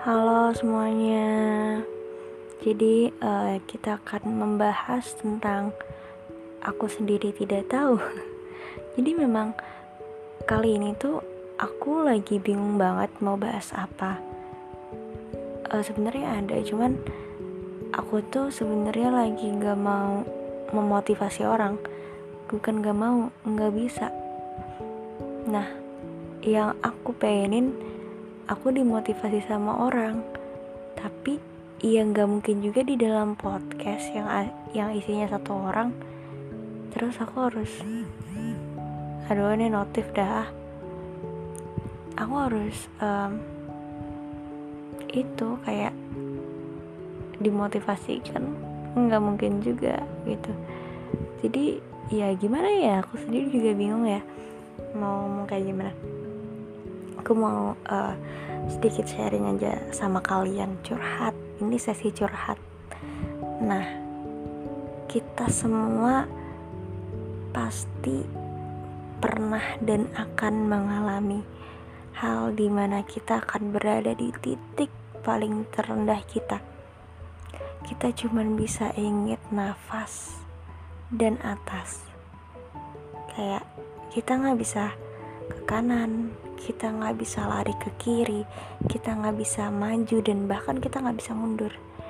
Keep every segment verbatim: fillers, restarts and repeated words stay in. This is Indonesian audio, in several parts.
Halo semuanya. Jadi uh, kita akan membahas tentang aku sendiri tidak tahu. Jadi memang kali ini tuh aku lagi bingung banget mau bahas apa. Uh, sebenarnya ada, cuman aku tuh sebenarnya lagi nggak mau memotivasi orang. Bukan nggak mau, nggak bisa. Nah, yang aku pengenin aku dimotivasi sama orang, tapi ya nggak mungkin juga di dalam podcast yang yang isinya satu orang terus aku harus aduh ini notif dah aku harus um, itu kayak dimotivasi kan nggak mungkin juga gitu. Jadi ya gimana ya, aku sendiri juga bingung ya mau ngomong kayak gimana. Aku mau uh, sedikit sharing aja sama kalian, curhat. Ini sesi curhat. Nah, kita semua pasti pernah dan akan mengalami hal dimana kita akan berada di titik paling terendah kita. Kita cuma bisa ingat nafas dan atas. Kayak kita gak bisa ke kanan, kita gak bisa lari ke kiri, kita gak bisa maju, dan bahkan kita gak bisa mundur.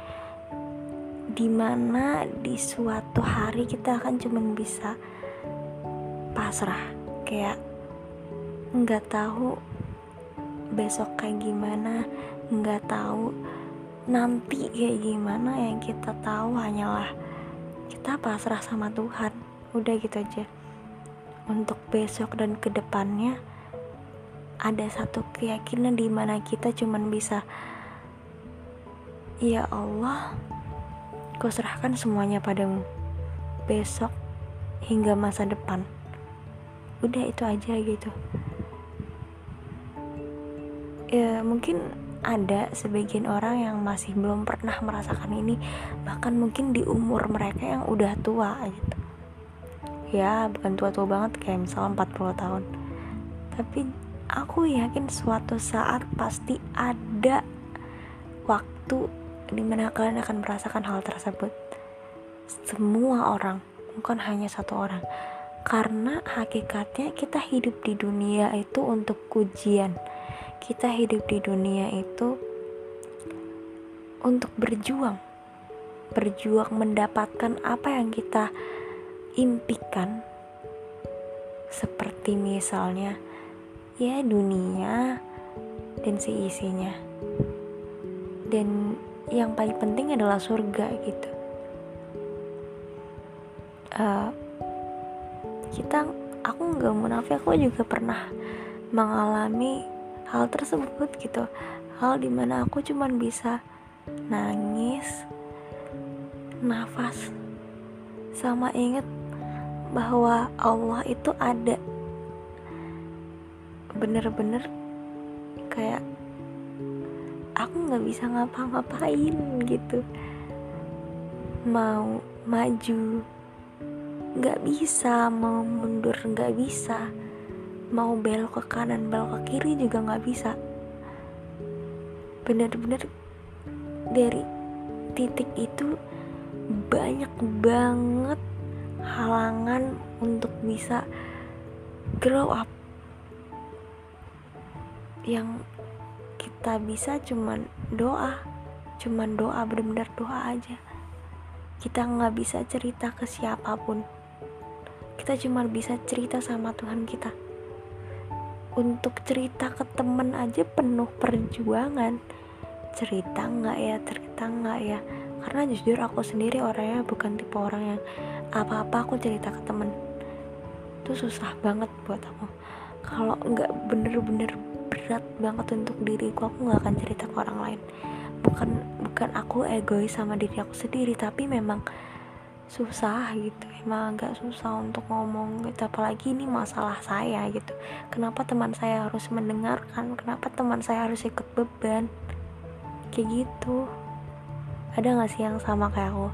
Dimana di suatu hari kita akan cuma bisa pasrah, kayak gak tahu besok kayak gimana, gak tahu nanti kayak gimana. Yang kita tahu hanyalah kita pasrah sama Tuhan, udah gitu aja. Untuk besok dan kedepannya ada satu keyakinan di mana kita cuman bisa, ya Allah, Kau serahkan semuanya padamu, besok hingga masa depan. Udah itu aja gitu. Ya mungkin ada sebagian orang yang masih belum pernah merasakan ini, bahkan mungkin di umur mereka yang udah tua gitu. Ya bukan tua-tua banget kayak misalnya empat puluh tahun, tapi aku yakin suatu saat pasti ada waktu dimana kalian akan merasakan hal tersebut. Semua orang, bukan hanya satu orang. Karena hakikatnya kita hidup di dunia itu untuk ujian. Kita hidup di dunia itu untuk berjuang. Berjuang mendapatkan apa yang kita impikan, seperti misalnya ya dunia dan seisinya, dan yang paling penting adalah surga gitu. Uh, kita aku nggak munafik, aku juga pernah mengalami hal tersebut gitu. Hal dimana aku cuman bisa nangis, nafas, sama inget bahwa Allah itu ada. Bener-bener kayak aku gak bisa ngapa-ngapain gitu. Mau maju gak bisa, mau mundur gak bisa, mau belok ke kanan, belok ke kiri juga gak bisa. Bener-bener dari titik itu banyak banget halangan untuk bisa grow up. Yang kita bisa cuman doa, cuman doa, benar-benar doa aja. Kita nggak bisa cerita ke siapapun, kita cuma bisa cerita sama Tuhan kita. Untuk cerita ke temen aja penuh perjuangan. Cerita nggak ya, cerita nggak ya, karena jujur aku sendiri orangnya bukan tipe orang yang apa-apa aku cerita ke temen. Itu susah banget buat aku. Kalau nggak bener-bener berat banget untuk diriku, aku nggak akan cerita ke orang lain. Bukan bukan aku egois sama diri aku sendiri, tapi memang susah gitu. Emang agak susah untuk ngomong gitu, apalagi ini masalah saya gitu. Kenapa teman saya harus mendengarkan? Kenapa teman saya harus ikut beban? Kayak gitu. Ada nggak sih yang sama kayak aku?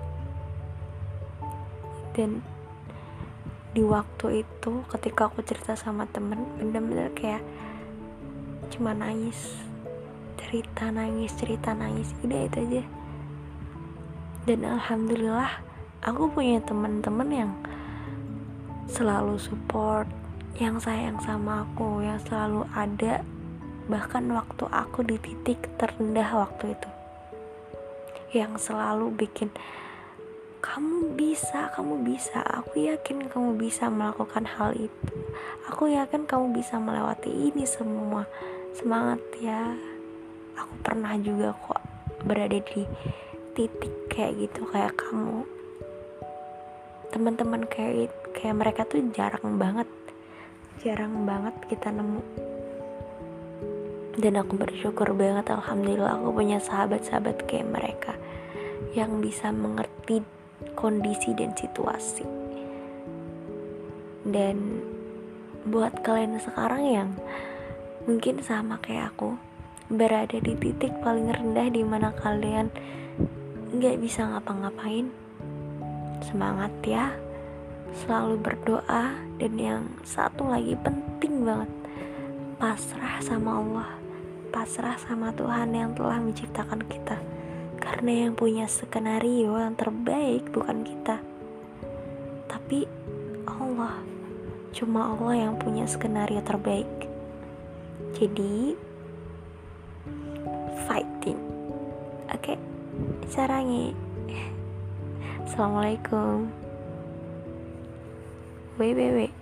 Dan di waktu itu ketika aku cerita sama temen, bener-bener kayak cuma nangis cerita nangis cerita nangis udah itu aja. Dan alhamdulillah aku punya teman-teman yang selalu support, yang sayang sama aku, yang selalu ada bahkan waktu aku di titik terendah waktu itu, yang selalu bikin kamu bisa, kamu bisa, aku yakin kamu bisa melakukan hal itu, aku yakin kamu bisa melewati ini semua, semangat ya. Aku pernah juga kok berada di titik kayak gitu kayak kamu. Teman-teman kayak kayak mereka tuh jarang banget jarang banget kita nemu. Dan aku bersyukur banget, alhamdulillah aku punya sahabat-sahabat kayak mereka yang bisa mengerti kondisi dan situasi. Dan buat kalian sekarang yang mungkin sama kayak aku, berada di titik paling rendah di mana kalian gak bisa ngapa-ngapain, semangat ya, selalu berdoa. Dan yang satu lagi penting banget, pasrah sama Allah, pasrah sama Tuhan yang telah menciptakan kita, karena yang punya skenario yang terbaik bukan kita, tapi Allah. Cuma Allah yang punya skenario terbaik. Jadi fighting, oke, okay? Sarangi. Assalamualaikum. W W W